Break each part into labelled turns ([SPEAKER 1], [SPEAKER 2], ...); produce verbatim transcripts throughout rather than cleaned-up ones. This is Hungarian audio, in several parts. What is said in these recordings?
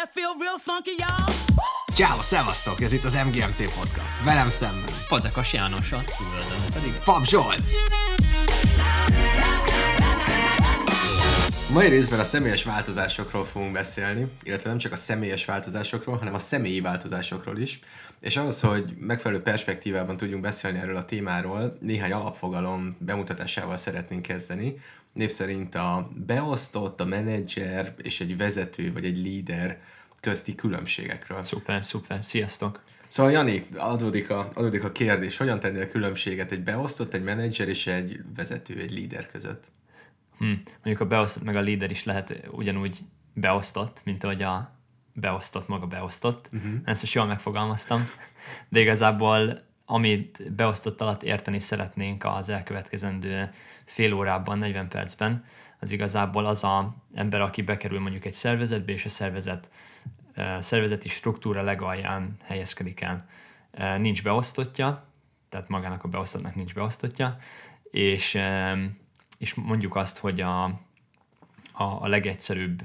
[SPEAKER 1] feel real funky, y'all.
[SPEAKER 2] Ciao, szevasztok! Ez itt az em gé em té Podcast. Velem szemben
[SPEAKER 3] Fazekas János, a túloldalon pedig
[SPEAKER 2] Pap Zsolt! Mai részben a személyes változásokról fogunk beszélni, illetve nem csak a személyes változásokról, hanem a személyi változásokról is. És ahhoz, hogy megfelelő perspektívában tudjunk beszélni erről a témáról, néhány alapfogalom bemutatásával szeretnénk kezdeni. Név szerint a beosztott, a menedzser és egy vezető vagy egy líder közti különbségekről.
[SPEAKER 3] Szuper, szuper. Sziasztok!
[SPEAKER 2] Szóval Jani, adódik a, adódik a kérdés, hogyan tennél különbséget egy beosztott, egy menedzser és egy vezető, egy líder között?
[SPEAKER 3] Hm. Mondjuk a beosztott meg a líder is lehet ugyanúgy beosztott, mint ahogy a beosztott maga beosztott. Uh-huh. Ezt is jól megfogalmaztam. De igazából amit beosztott alatt érteni szeretnénk az elkövetkezendő fél órában, negyven percben, az igazából az a ember, aki bekerül mondjuk egy szervezetbe, és a szervezet, szervezeti struktúra legalján helyezkedik el. Nincs beosztottja, tehát magának a beosztottnak nincs beosztottja, és, és mondjuk azt, hogy a, a, a legegyszerűbb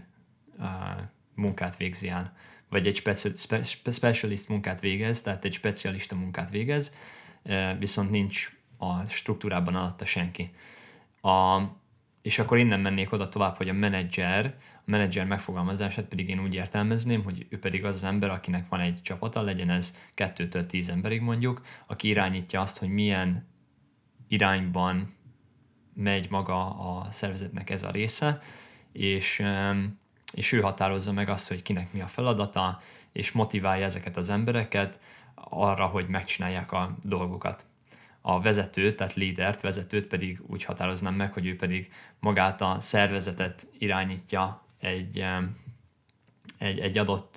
[SPEAKER 3] munkát végzi el, vagy egy speci- spe- specialist munkát végez, tehát egy specialista munkát végez, viszont nincs a struktúrában alatta senki. A, és akkor innen mennék oda tovább, hogy a menedzser, a menedzser megfogalmazását pedig én úgy értelmezném, hogy ő pedig az az ember, akinek van egy csapata, legyen ez kettőtől tíz emberig mondjuk, aki irányítja azt, hogy milyen irányban megy maga a szervezetnek ez a része, és és ő határozza meg azt, hogy kinek mi a feladata, és motiválja ezeket az embereket arra, hogy megcsinálják a dolgokat. A vezetőt, tehát lídert, vezetőt pedig úgy határoznám meg, hogy ő pedig magát a szervezetet irányítja egy, egy, egy, adott,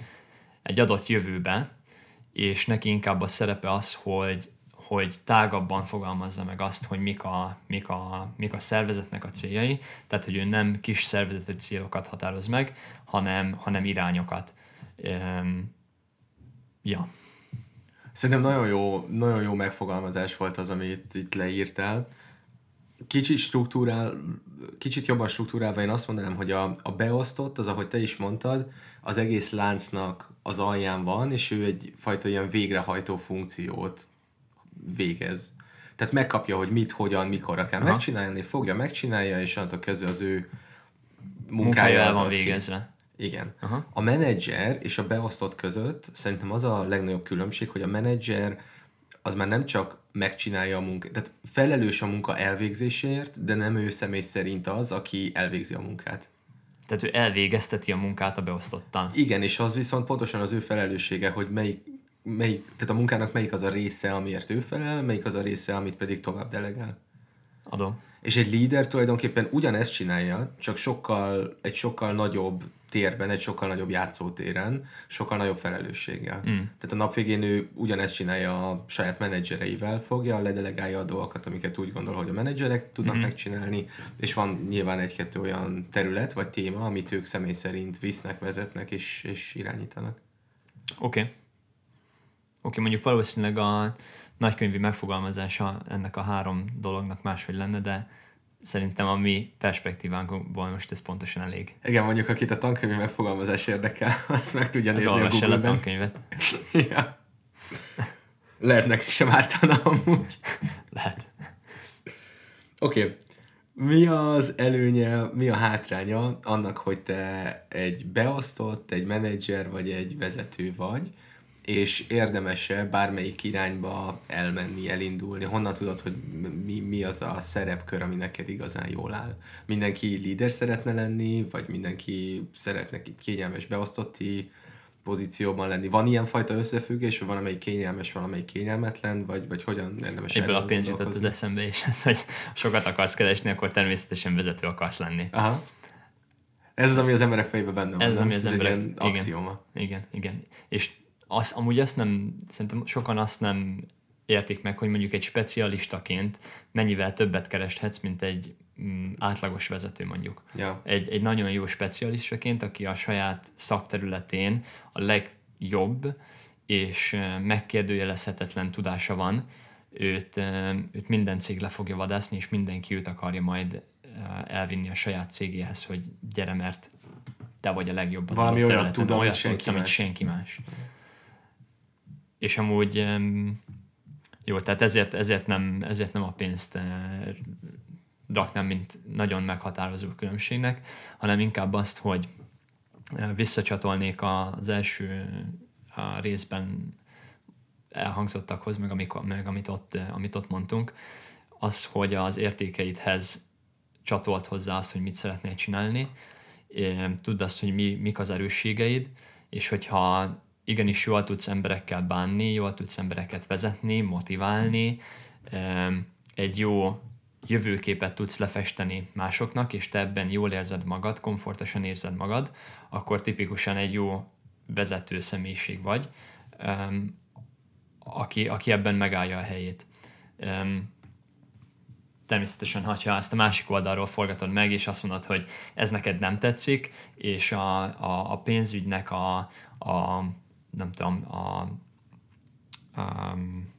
[SPEAKER 3] egy adott jövőbe, és neki inkább a szerepe az, hogy hogy tágabban fogalmazza meg azt, hogy mik a, mik, a, mik a szervezetnek a céljai, tehát hogy ő nem kis szervezeti célokat határoz meg, hanem, hanem irányokat. Um, ja.
[SPEAKER 2] Szerintem nagyon jó, nagyon jó megfogalmazás volt az, amit itt leírtál. Kicsit struktúrál, kicsit jobban struktúrálva én azt mondanám, hogy a, a beosztott, az, ahogy te is mondtad, az egész láncnak az alján van, és ő egyfajta ilyen végrehajtó funkciót végez. Tehát megkapja, hogy mit, hogyan, mikorra kell Aha. megcsinálni, fogja, megcsinálja, és onnantól kezdve az ő munkája az,
[SPEAKER 3] van
[SPEAKER 2] az
[SPEAKER 3] végezve.
[SPEAKER 2] Kész. Igen.
[SPEAKER 3] Aha.
[SPEAKER 2] A menedzser és a beosztott között szerintem az a legnagyobb különbség, hogy a menedzser az már nem csak megcsinálja a munkát, tehát felelős a munka elvégzéséért, de nem ő személy szerint az, aki elvégzi a munkát.
[SPEAKER 3] Tehát ő elvégezteti a munkát a beosztottan.
[SPEAKER 2] Igen, és az viszont pontosan az ő felelőssége, hogy melyik Melyik, tehát a munkának melyik az a része, amiért ő felel, melyik az a része, amit pedig tovább delegál.
[SPEAKER 3] Adom.
[SPEAKER 2] És egy líder tulajdonképpen ugyanezt csinálja, csak sokkal, egy sokkal nagyobb térben, egy sokkal nagyobb játszótéren, sokkal nagyobb felelősséggel. Mm. Tehát a nap végén ő ugyanezt csinálja a saját menedzsereivel, fogja, ledelegálja a dolgokat, amiket úgy gondol, hogy a menedzserek tudnak mm-hmm. megcsinálni, és van nyilván egy-kettő olyan terület, vagy téma, amit ők személy szerint visznek, vezetnek és, és irányítanak.
[SPEAKER 3] Oké. Okay. Oké, okay, mondjuk valószínűleg a nagykönyvi megfogalmazása ennek a három dolognak máshogy lenne, de szerintem a mi perspektívánkból most ez pontosan elég.
[SPEAKER 2] Igen, mondjuk akit a tankönyvi megfogalmazás érdekel, azt meg tudja nézni a Google-ben.
[SPEAKER 3] El a tankönyvet.
[SPEAKER 2] Ja. Lehet nekik sem ártana amúgy.
[SPEAKER 3] Lehet.
[SPEAKER 2] Oké. Okay. Mi az előnye, mi a hátránya annak, hogy te egy beosztott, egy menedzser vagy egy vezető vagy, és érdemes-e bármelyik irányba elmenni, elindulni? Honnan tudod, hogy mi, mi az a szerepkör, ami neked igazán jól áll? Mindenki líder szeretne lenni, vagy mindenki szeretne egy kényelmes beosztotti pozícióban lenni? Van ilyen fajta összefüggés, vagy valamelyik kényelmes, valamelyik kényelmetlen, vagy, vagy hogyan érdemes
[SPEAKER 3] Ebből a pénz jutott az eszembe is, ez, hogy sokat akarsz keresni, akkor természetesen vezető akarsz lenni.
[SPEAKER 2] Aha. Ez az, ami az emberek fejében benne van.
[SPEAKER 3] Ez az, ami az
[SPEAKER 2] ez
[SPEAKER 3] emberek...
[SPEAKER 2] egy ilyen
[SPEAKER 3] igen,
[SPEAKER 2] axióma.
[SPEAKER 3] Igen, igen. És az, amúgy azt nem, szerintem sokan azt nem értik meg, hogy mondjuk egy specialistaként mennyivel többet kereshetsz, mint egy mm, átlagos vezető mondjuk.
[SPEAKER 2] Ja.
[SPEAKER 3] Egy, egy nagyon jó specialistaként, aki a saját szakterületén a legjobb és megkérdőjelezhetetlen tudása van, őt, őt minden cég le fogja vadászni, és mindenki őt akarja majd elvinni a saját cégéhez, hogy gyere, mert te vagy a legjobb.
[SPEAKER 2] Valami olyat tud, amit senki
[SPEAKER 3] tudsz, amit senki más. És amúgy jó, tehát ezért, ezért, nem, ezért nem a pénzt raknám, mint nagyon meghatározó különbségnek, hanem inkább azt, hogy visszacsatolnék az első a részben elhangzottakhoz, meg, amikor, meg amit, ott, amit ott mondtunk, az, hogy az értékeidhez csatolt hozzá azt, hogy mit szeretnél csinálni, tudd azt, hogy mi, mik az erősségeid, és hogyha igenis jól tudsz emberekkel bánni, jól tudsz embereket vezetni, motiválni, egy jó jövőképet tudsz lefesteni másoknak, és te ebben jól érzed magad, komfortosan érzed magad, akkor tipikusan egy jó vezető személyiség vagy, aki, aki ebben megállja a helyét. Természetesen, ha ezt a másik oldalról forgatod meg, és azt mondod, hogy ez neked nem tetszik, és a, a, a pénzügynek a, a nem tudom, a, a,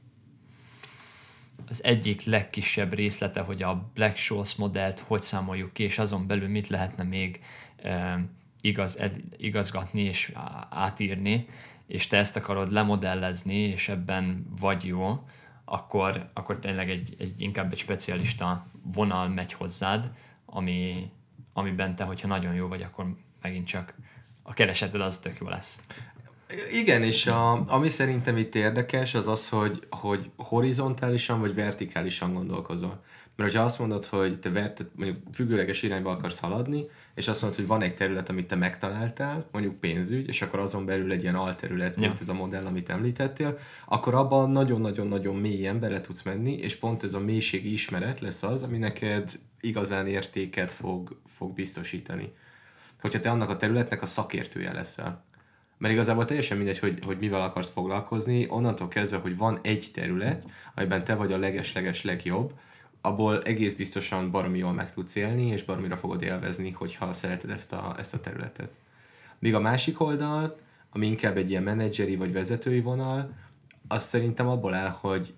[SPEAKER 3] az egyik legkisebb részlete, hogy a Black-Scholes modellt hogy számoljuk ki, és azon belül mit lehetne még e, igaz, igazgatni és átírni, és te ezt akarod lemodellezni, és ebben vagy jó, akkor, akkor tényleg egy, egy, inkább egy specialista vonal megy hozzád, ami, amiben te, hogyha nagyon jó vagy, akkor megint csak a kereseted az tök jó lesz.
[SPEAKER 2] Igen, és a, ami szerintem itt érdekes, az az, hogy, hogy horizontálisan vagy vertikálisan gondolkozol. Mert hogyha azt mondod, hogy te vert, mondjuk függőleges irányba akarsz haladni, és azt mondod, hogy van egy terület, amit te megtaláltál, mondjuk pénzügy, és akkor azon belül egy ilyen alterület, mint ja. ez a modell, amit említettél, akkor abban nagyon-nagyon-nagyon mélyen bele tudsz menni, és pont ez a mélységi ismeret lesz az, ami neked igazán értéket fog, fog biztosítani. Hogyha te annak a területnek a szakértője leszel. Mert igazából teljesen mindegy, hogy, hogy mivel akarsz foglalkozni, onnantól kezdve, hogy van egy terület, amiben te vagy a leges-leges legjobb, abból egész biztosan baromi jól meg tudsz élni, és baromira fogod élvezni, hogyha szereted ezt a, ezt a területet. Míg a másik oldal, ami inkább egy ilyen menedzseri vagy vezetői vonal, az szerintem abból áll, hogy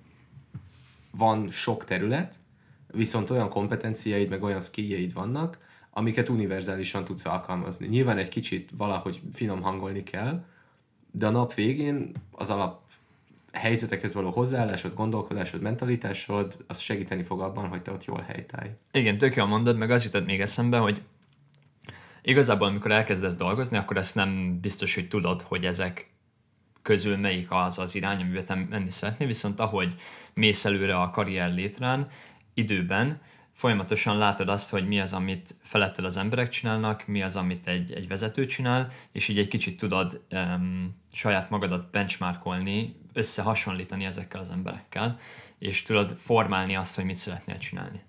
[SPEAKER 2] van sok terület, viszont olyan kompetenciáid, meg olyan skilljeid vannak, amiket univerzálisan tudsz alkalmazni. Nyilván egy kicsit valahogy finom hangolni kell, de a nap végén az alap helyzetekhez való hozzáállásod, gondolkodásod, mentalitásod, az segíteni fog abban, hogy te ott jól helytállj.
[SPEAKER 3] Igen, tök jól mondod, meg az jutott még eszembe, hogy igazából amikor elkezdesz dolgozni, akkor ezt nem biztos, hogy tudod, hogy ezek közül melyik az az irány, amiben te menni szeretnél, viszont ahogy mész előre a karrier létrán, időben, folyamatosan látod azt, hogy mi az, amit feletted az emberek csinálnak, mi az, amit egy, egy vezető csinál, és így egy kicsit tudod um, saját magadat benchmarkolni, összehasonlítani ezekkel az emberekkel, és tudod formálni azt, hogy mit szeretnél csinálni.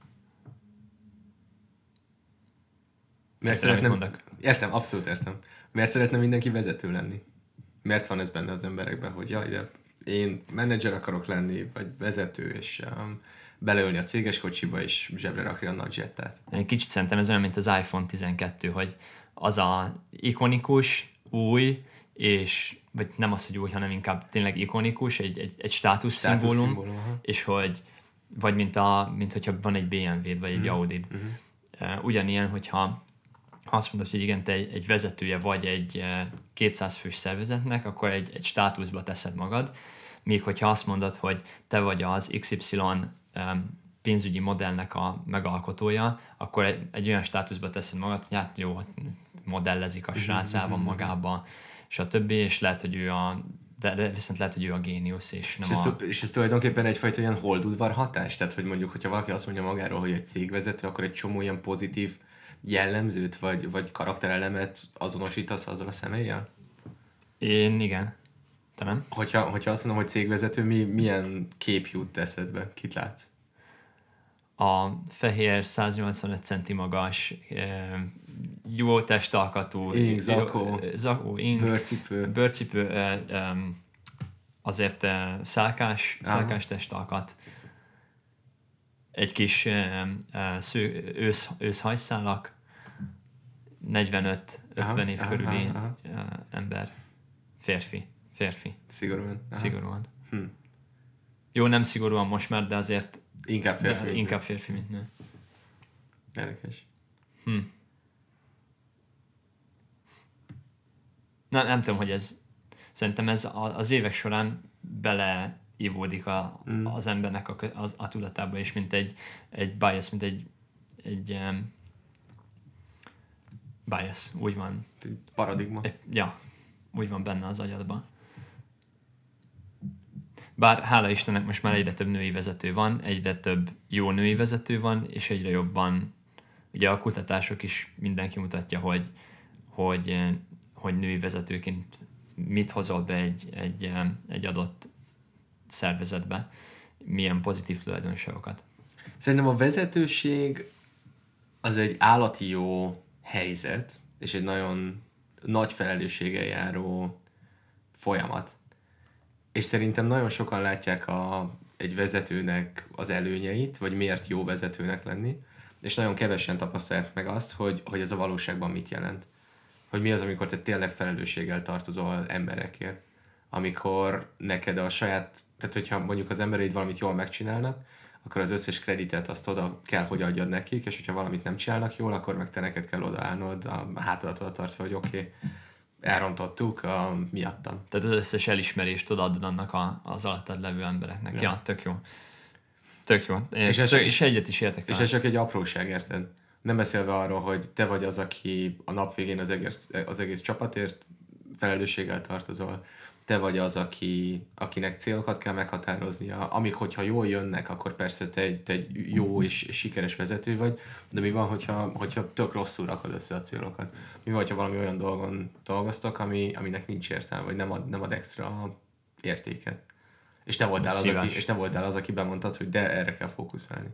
[SPEAKER 2] Miért szeretném, értem, abszolút értem. Miért szeretne mindenki vezető lenni? Miért van ez benne az emberekben, hogy jaj, de én menedzser akarok lenni, vagy vezető, és um, beleülni a céges kocsiba, és zsebre rakni a nagy jettát.
[SPEAKER 3] Egy kicsit szerintem ez olyan, mint az iPhone tizenkettő, hogy az a ikonikus, új, és vagy nem az, hogy új, hanem inkább tényleg ikonikus, egy, egy, egy státuszszimbólum, és hogy vagy mint, a, mint hogyha van egy bé em vé-d, vagy egy mm. Audi-d. Mm-hmm. Ugyanilyen, hogyha azt mondod, hogy igen, te egy, egy vezetője vagy egy kétszáz fős szervezetnek, akkor egy, egy státuszba teszed magad, míg hogyha azt mondod, hogy te vagy az iksz ipszilon pénzügyi modellnek a megalkotója, akkor egy, egy olyan státuszba teszed magad, hogy hát jó, modellezik a srác, el van magába, stb. És lehet, hogy ő a de viszont lehet, hogy ő a géniusz, és nem
[SPEAKER 2] és ez,
[SPEAKER 3] a...
[SPEAKER 2] És ez tulajdonképpen egyfajta ilyen holdudvar hatás? Tehát, hogy mondjuk, hogyha valaki azt mondja magáról, hogy egy cégvezető, akkor egy csomó ilyen pozitív jellemzőt, vagy, vagy karakterelemet azonosítasz azzal a személlyel?
[SPEAKER 3] Én igen. Te nem?
[SPEAKER 2] Hogyha, hogyha azt mondom, hogy cégvezető, mi, milyen kép jut eszedbe? Kit látsz?
[SPEAKER 3] A fehér, száznyolcvanöt centi magas, jó testalkatú,
[SPEAKER 2] ing, zakó,
[SPEAKER 3] zakó ing,
[SPEAKER 2] bőrcipő,
[SPEAKER 3] bőrcipő azért szálkás, szálkás testalkat, egy kis sző, ősz, őszhajszálak, negyvenöt ötven év aha, körüli aha, aha. ember, férfi, férfi.
[SPEAKER 2] Szigorúan. Aha.
[SPEAKER 3] Szigorúan. Hm. Jó, nem szigorúan most már, de azért
[SPEAKER 2] inkább férfi,
[SPEAKER 3] de inkább férfi mint nő.
[SPEAKER 2] Érdekes.
[SPEAKER 3] Hm. nem, nem tudom, hogy ez, szerintem ez az évek során beleívódik a, mm. az embernek a, a, a tudatába, és mint egy, egy bias, mint egy, egy um, bias, úgy van.
[SPEAKER 2] Egy paradigma.
[SPEAKER 3] Egy, ja, úgy van benne az agyadban. Bár hála Istennek most már egyre több női vezető van, egyre több jó női vezető van, és egyre jobban, ugye a kutatások is mindenki mutatja, hogy, hogy, hogy női vezetőként mit hozol be egy, egy, egy adott szervezetbe, milyen pozitív tulajdonságokat.
[SPEAKER 2] Szerintem a vezetőség az egy állati jó helyzet, és egy nagyon nagy felelősséggel járó folyamat. És szerintem nagyon sokan látják a, egy vezetőnek az előnyeit, vagy miért jó vezetőnek lenni, és nagyon kevesen tapasztalják meg azt, hogy, hogy ez a valóságban mit jelent. Hogy mi az, amikor te tényleg felelősséggel tartozol emberekért. Amikor neked a saját, tehát hogyha mondjuk az embereid valamit jól megcsinálnak, akkor az összes kreditet azt oda kell, hogy adjad nekik, és hogyha valamit nem csinálnak jól, akkor meg te neked kell odaállnod a hátadat oda tartva, hogy oké, okay, elrontottuk a, miattam.
[SPEAKER 3] Tehát az összes elismerést odaadod annak a, az alattad levő embereknek. Ja, ja tök jó. Tök jó. Én és, tök, csak, és egyet is értek.
[SPEAKER 2] És ez csak egy apróság, érted? Nem beszélve arról, hogy te vagy az, aki a nap végén az egész, az egész csapatért felelősséggel tartozol. Te vagy az, aki, akinek célokat kell meghatároznia. Amik, hogyha jól jönnek, akkor persze te egy, te egy jó és sikeres vezető vagy, de mi van, hogyha, hogyha tök rosszul rakod össze a célokat? Mi van, hogyha valami olyan dolgon dolgoztok, ami, aminek nincs értelme, vagy nem ad, nem ad extra értéket? És te voltál az, aki, és te voltál az, aki bemondtad, hogy de erre kell fókuszálni.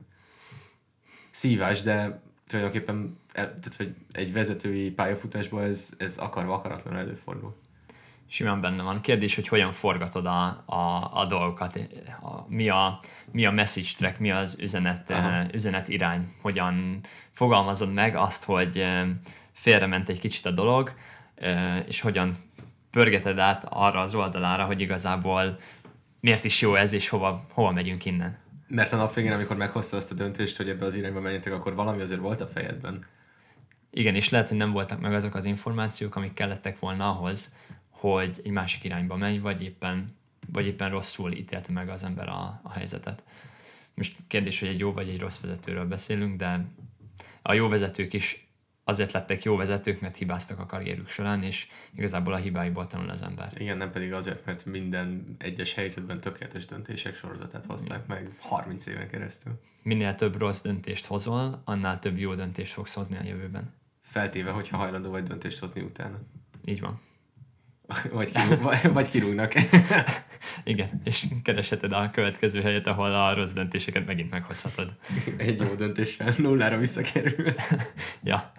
[SPEAKER 2] Szívás, de tulajdonképpen tehát, hogy egy vezetői pályafutásban ez, ez akarva akaratlanul előfordul.
[SPEAKER 3] Simán benne van. Kérdés, hogy hogyan forgatod a, a, a dolgokat, a, mi, a, mi a message track, mi az üzenet, üzenet irány, hogyan fogalmazod meg azt, hogy félrement egy kicsit a dolog, és hogyan pörgeted át arra az oldalára, hogy igazából miért is jó ez, és hova, hova megyünk innen.
[SPEAKER 2] Mert a nap végén, amikor meghozta azt a döntést, hogy ebbe az irányba menjetek, akkor valami azért volt a fejedben.
[SPEAKER 3] Igen, és lehet, hogy nem voltak meg azok az információk, amik kellettek volna ahhoz, hogy egy másik irányba menj, vagy éppen, vagy éppen rosszul ítélte meg az ember a, a helyzetet. Most kérdés, hogy egy jó vagy egy rossz vezetőről beszélünk, de a jó vezetők is azért lettek jó vezetők, mert hibáztak a karrierük során, és igazából a hibáiból tanul az ember.
[SPEAKER 2] Igen, nem pedig azért, mert minden egyes helyzetben tökéletes döntések sorozatát hozták meg harminc éven keresztül.
[SPEAKER 3] Minél több rossz döntést hozol, annál több jó döntést fogsz hozni a jövőben.
[SPEAKER 2] Feltéve, hogyha hajlandó vagy döntést hozni utána.
[SPEAKER 3] Így van.
[SPEAKER 2] Vagy, kirúg, vagy, vagy kirúgnak.
[SPEAKER 3] Igen, és keresheted a következő helyet, ahol a rossz döntéseket megint meghozhatod.
[SPEAKER 2] Egy jó döntéssel nullára visszakerül.
[SPEAKER 3] Ja.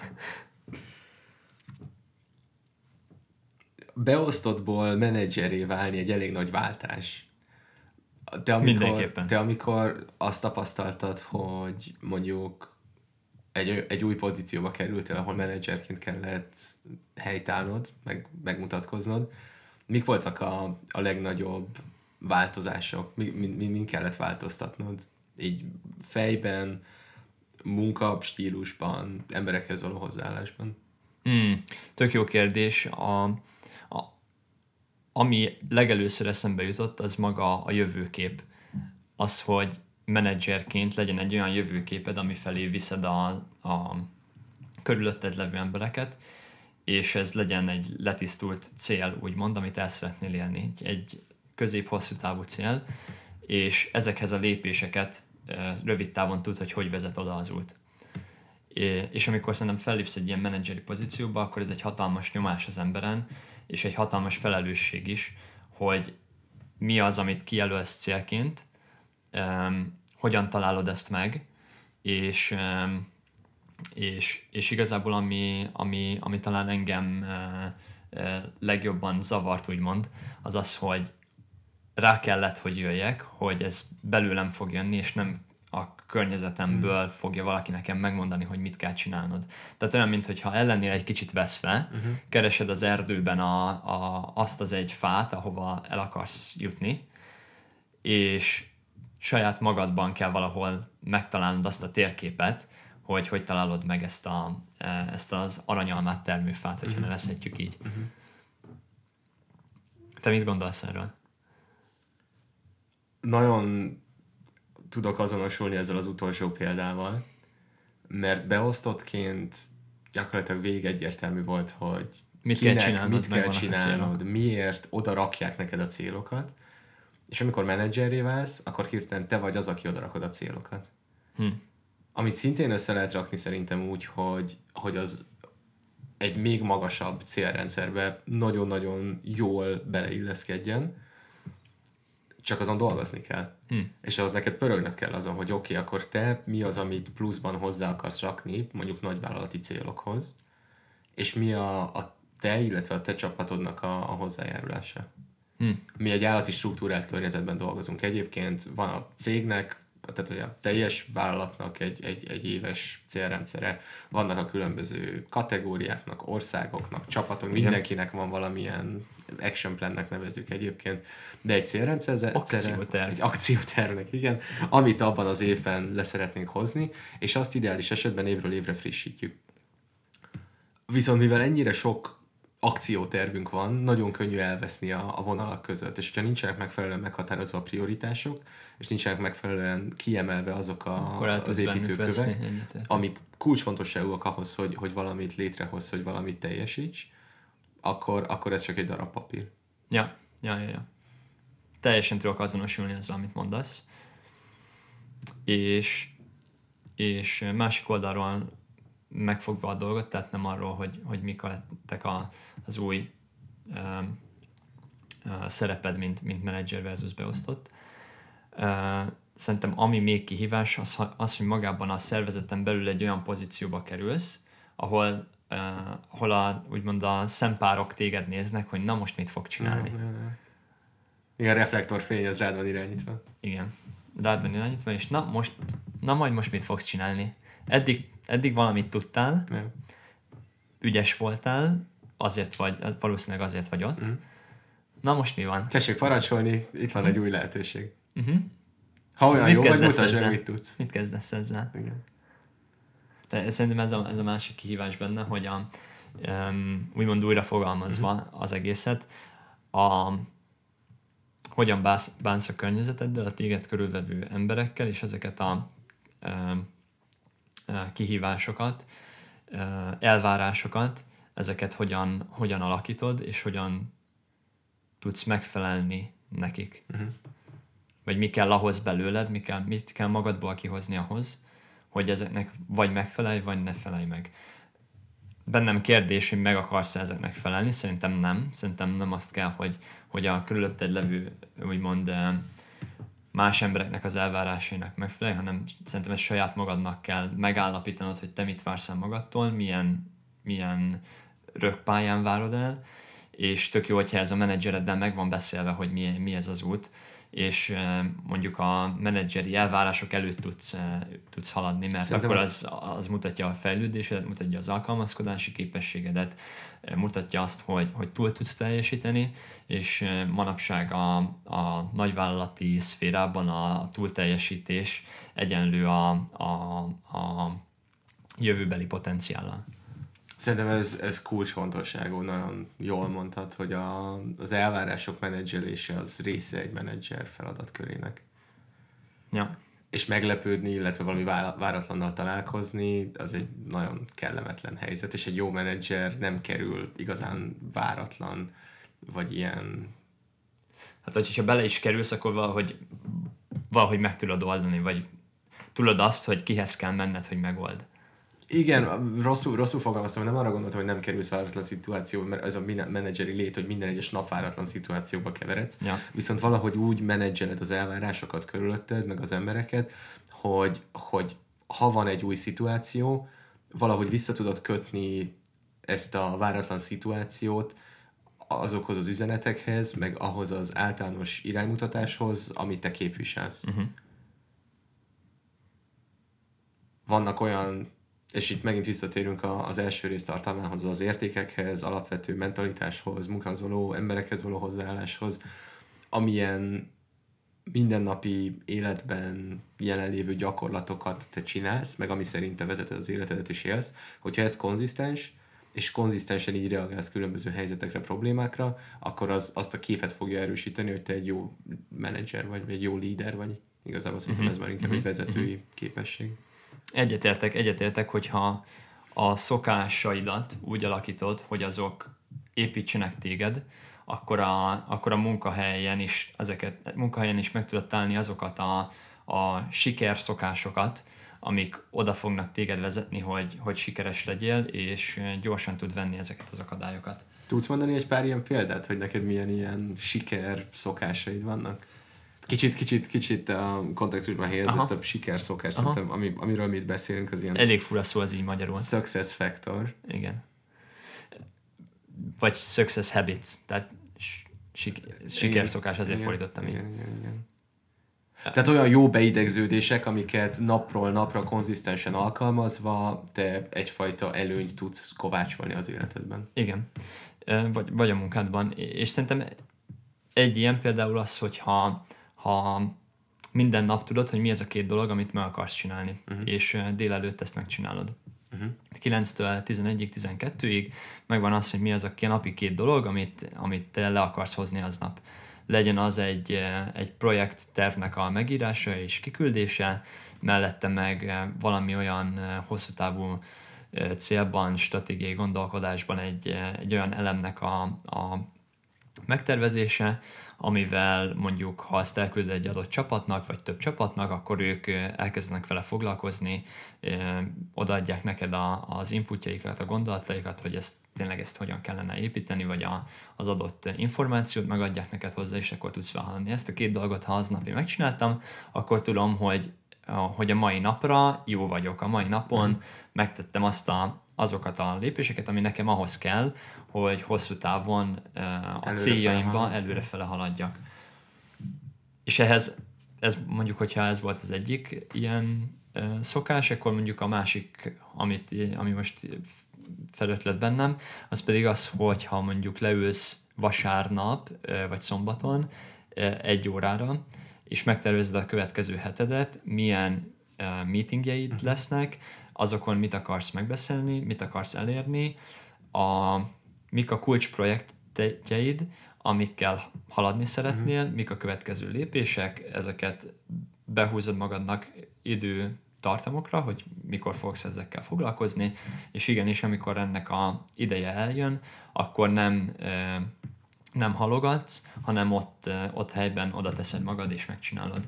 [SPEAKER 2] Beosztottból menedzseré válni egy elég nagy váltás. Te amikor,
[SPEAKER 3] Mindenképpen.
[SPEAKER 2] Te amikor azt tapasztaltad, hogy mondjuk egy, egy új pozícióba kerültél, ahol menedzserként kellett helytállnod, meg, megmutatkoznod. Mik voltak a, a legnagyobb változások? Mi, mi, mi, mi kellett változtatnod? Így fejben, munkastílusban, emberekhez való hozzáállásban?
[SPEAKER 3] Mm, tök jó kérdés. A, a, ami legelőször eszembe jutott, az maga a jövőkép. Az, hogy menedzserként legyen egy olyan jövőképed, ami felé viszed a, a körülötted levő embereket, és ez legyen egy letisztult cél, úgymond, amit el szeretnél élni. Egy közép-hosszú távú cél, és ezekhez a lépéseket rövid távon tud, hogy hogy vezet oda az út. És amikor szerintem fellépsz egy ilyen menedzseri pozícióba, akkor ez egy hatalmas nyomás az emberen, és egy hatalmas felelősség is, hogy mi az, amit kijelölsz célként, Um, hogyan találod ezt meg, és, um, és, és igazából ami, ami, ami talán engem uh, uh, legjobban zavart, úgymond, az az, hogy rá kellett, hogy jöjjek, hogy ez belőlem fog jönni, és nem a környezetemből mm. fogja valaki nekem megmondani, hogy mit kell csinálnod. Tehát olyan, mintha ellennél egy kicsit veszve, uh-huh. keresed az erdőben a, a, azt az egy fát, ahova el akarsz jutni, és saját magadban kell valahol megtalálnod azt a térképet, hogy hogy találod meg ezt, a, ezt az aranyalmát termő fát, hogyha uh-huh. nevezhetjük így. Uh-huh. Te mit gondolsz erről?
[SPEAKER 2] Nagyon tudok azonosulni ezzel az utolsó példával, mert beosztottként gyakorlatilag végig egyértelmű volt, hogy
[SPEAKER 3] Mit
[SPEAKER 2] kinek,
[SPEAKER 3] kell csinálnod,
[SPEAKER 2] mit kell
[SPEAKER 3] megvannak a
[SPEAKER 2] csinálnod,
[SPEAKER 3] célok.
[SPEAKER 2] miért oda rakják neked a célokat, és amikor menedzserré válsz, akkor hirtelen te vagy az, aki oda rakod a célokat.
[SPEAKER 3] Hm.
[SPEAKER 2] Amit szintén össze lehet rakni szerintem úgy, hogy, hogy az egy még magasabb célrendszerbe nagyon-nagyon jól beleilleszkedjen, csak azon dolgozni kell.
[SPEAKER 3] Hm.
[SPEAKER 2] És ahhoz neked pörögnöd kell azon, hogy oké, okay, akkor te mi az, amit pluszban hozzá akarsz rakni, mondjuk nagyvállalati célokhoz, és mi a, a te, illetve a te csapatodnak a, a hozzájárulása.
[SPEAKER 3] Hm.
[SPEAKER 2] Mi egy állati struktúrált környezetben dolgozunk egyébként, van a cégnek, tehát a teljes vállalatnak egy, egy, egy éves célrendszere, vannak a különböző kategóriáknak, országoknak, csapatok, mindenkinek van valamilyen action plannek nevezzük egyébként, de egy célrendszer,
[SPEAKER 3] Akcióterv.
[SPEAKER 2] egy akciótervnek, igen, amit abban az évben leszeretnénk hozni, és azt ideális esetben évről évre frissítjük. Viszont mivel ennyire sok akciótervünk van, nagyon könnyű elveszni a, a vonalak között, és hogyha nincsenek megfelelően meghatározva a prioritások, és nincsenek megfelelően kiemelve azok a, az építőkövek, amik kulcsfontosságúak ahhoz, hogy, hogy valamit létrehoz, hogy valamit teljesíts, akkor, akkor ez csak egy darab papír.
[SPEAKER 3] Ja, ja, ja, ja. Teljesen tudok azonosulni ezzel, amit mondasz. És, és másik oldalról megfogva a dolgot, tehát nem arról, hogy, hogy mik lettek a, az új uh, uh, szereped, mint, mint menedzser versus beosztott. Uh, szerintem ami még kihívás, az, az, hogy magában a szervezeten belül egy olyan pozícióba kerülsz, ahol, uh, ahol a, úgymond a szempárok téged néznek, hogy na most mit fog csinálni.
[SPEAKER 2] Igen, a reflektorfény az rád van irányítva.
[SPEAKER 3] Igen, rád van irányítva, és na, most, na majd most mit fogsz csinálni. Eddig, eddig valamit tudtál,
[SPEAKER 2] ja.
[SPEAKER 3] ügyes voltál, azért vagy, valószínűleg azért vagy ott. Mm. Na most mi van?
[SPEAKER 2] Tessék parancsolni, itt van egy új lehetőség.
[SPEAKER 3] Uh-huh.
[SPEAKER 2] Ha olyan mit jó vagy, mutasd meg, mit tudsz.
[SPEAKER 3] Mit kezdesz ezzel?
[SPEAKER 2] Igen.
[SPEAKER 3] De szerintem ez a, ez a másik kihívás benne, hogy a, um, úgymond újra fogalmazva uh-huh. az egészet, a, hogyan bánsz, bánsz a környezeteddel, a téged körülvevő emberekkel, és ezeket a um, kihívásokat, elvárásokat, ezeket hogyan, hogyan alakítod, és hogyan tudsz megfelelni nekik. Uh-huh. Vagy mi kell ahhoz belőled, mi kell, mit kell magadból kihozni ahhoz, hogy ezeknek vagy megfelelj, vagy ne felelj meg. Bennem kérdés, hogy meg akarsz ezeknek felelni, szerintem nem. Szerintem nem azt kell, hogy, hogy a körülötted levő, úgymond más embereknek az elvárásainak megfelelj, hanem szerintem ezt saját magadnak kell megállapítanod, hogy te mit vársz el magadtól, milyen, milyen rögpályán várod el, és tök jó, hogyha ez a menedzsereddel meg van beszélve, hogy mi, mi ez az út, és mondjuk a menedzseri elvárások előtt tudsz, tudsz haladni, mert szerintem akkor az, az mutatja a fejlődésedet, mutatja az alkalmazkodási képességedet, mutatja azt, hogy, hogy túl tudsz teljesíteni, és manapság a, a nagyvállalati szférában a túlteljesítés egyenlő a, a, a jövőbeli potenciállal.
[SPEAKER 2] Szerintem ez, ez kulcsfontosságú, nagyon jól mondtad, hogy a, az elvárások menedzselése az része egy menedzser feladatkörének.
[SPEAKER 3] Ja.
[SPEAKER 2] És meglepődni, illetve valami váratlannal találkozni, az egy nagyon kellemetlen helyzet, és egy jó menedzser nem kerül igazán váratlan, vagy ilyen...
[SPEAKER 3] Hát, hogyha bele is kerülsz, akkor valahogy, valahogy meg tudod oldani, vagy tudod azt, hogy kihez kell menned, hogy megold.
[SPEAKER 2] Igen, rosszul, rosszul fogalmaztam, nem arra gondoltam, hogy nem kerülsz váratlan szituációba, mert ez a menedzseri lét, hogy minden egyes nap váratlan szituációba keveredsz.
[SPEAKER 3] Ja.
[SPEAKER 2] Viszont valahogy úgy menedzseled az elvárásokat körülötted, meg az embereket, hogy, hogy ha van egy új szituáció, valahogy vissza tudod kötni ezt a váratlan szituációt azokhoz az üzenetekhez, meg ahhoz az általános iránymutatáshoz, amit te képviselsz. Uh-huh. Vannak olyan, és itt megint visszatérünk az első rész tartalmához, az értékekhez, alapvető mentalitáshoz, munkához való, emberekhez való hozzáálláshoz, amilyen mindennapi életben jelenlévő gyakorlatokat te csinálsz, meg ami szerint te vezeted az életedet és élsz, hogyha ez konzisztens, és konzisztensen így reagálsz különböző helyzetekre, problémákra, akkor az, azt a képet fogja erősíteni, hogy te egy jó menedzser vagy, vagy egy jó líder vagy. Igazából szerintem uh-huh. ez már inkább uh-huh. egy vezetői uh-huh. képesség.
[SPEAKER 3] Egyetértek, egyetértek, hogyha a szokásaidat úgy alakítod, hogy azok építsenek téged, akkor a, akkor a munkahelyen is, ezeket, munkahelyen is meg tudod találni azokat a, a sikerszokásokat, amik oda fognak téged vezetni, hogy, hogy sikeres legyél, és gyorsan tud venni ezeket az akadályokat.
[SPEAKER 2] Tudsz mondani egy pár ilyen példát, hogy neked milyen ilyen siker szokásaid vannak? Kicsit, kicsit, kicsit a kontextusban helyez ezt a siker szokás, szerintem, ami, amiről mi itt beszélünk, az ilyen...
[SPEAKER 3] Elég fura szó az így magyarul.
[SPEAKER 2] Success factor.
[SPEAKER 3] Igen. Vagy success habits, tehát sik- sikerszokás, azért igen, fordítottam
[SPEAKER 2] igen,
[SPEAKER 3] így.
[SPEAKER 2] Igen, igen. Tehát olyan jó beidegződések, amiket napról napra konzisztensen alkalmazva te egyfajta előnyt tudsz kovácsolni az életedben.
[SPEAKER 3] Igen. Vagy, vagy a munkádban. És szerintem egy ilyen például az, hogyha ha minden nap tudod, hogy mi ez a két dolog, amit meg akarsz csinálni, uh-huh. és délelőtt ezt megcsinálod. Uh-huh. kilenctől tizenegyig, tizenkettőig megvan az, hogy mi az a napi két dolog, amit, amit te le akarsz hozni aznap. Legyen az egy, egy projekttervnek a megírása és kiküldése, mellette meg valami olyan hosszú távú célban, stratégiai gondolkodásban egy, egy olyan elemnek a, a megtervezése, amivel mondjuk, ha azt elküldöd egy adott csapatnak, vagy több csapatnak, akkor ők elkezdenek vele foglalkozni, odaadják neked a, az inputjaikat, a gondolataikat, hogy ezt tényleg ezt hogyan kellene építeni, vagy a, az adott információt megadják neked hozzá, és akkor tudsz felhasználni. Ezt a két dolgot, ha aznapig megcsináltam, akkor tudom, hogy, hogy a mai napra jó vagyok. A mai napon mm. megtettem azt a, azokat a lépéseket, ami nekem ahhoz kell, hogy hosszú távon uh, a előre céljaimba előrefele haladjak. És ehhez, ez mondjuk, hogyha ez volt az egyik ilyen uh, szokás, akkor mondjuk a másik, amit, ami most felötlött bennem, az pedig az, hogyha mondjuk leülsz vasárnap uh, vagy szombaton uh, egy órára, és megtervezed a következő hetedet, milyen uh, meetingjeid uh-huh. lesznek, azokon mit akarsz megbeszélni, mit akarsz elérni, a mik a kulcsprojektjeid, amikkel haladni szeretnél, uh-huh. mik a következő lépések, ezeket behúzod magadnak idő tartamokra, hogy mikor fogsz ezekkel foglalkozni, és igenis, amikor ennek a ideje eljön, akkor nem, nem halogatsz, hanem ott, ott helyben oda teszed magad, és megcsinálod.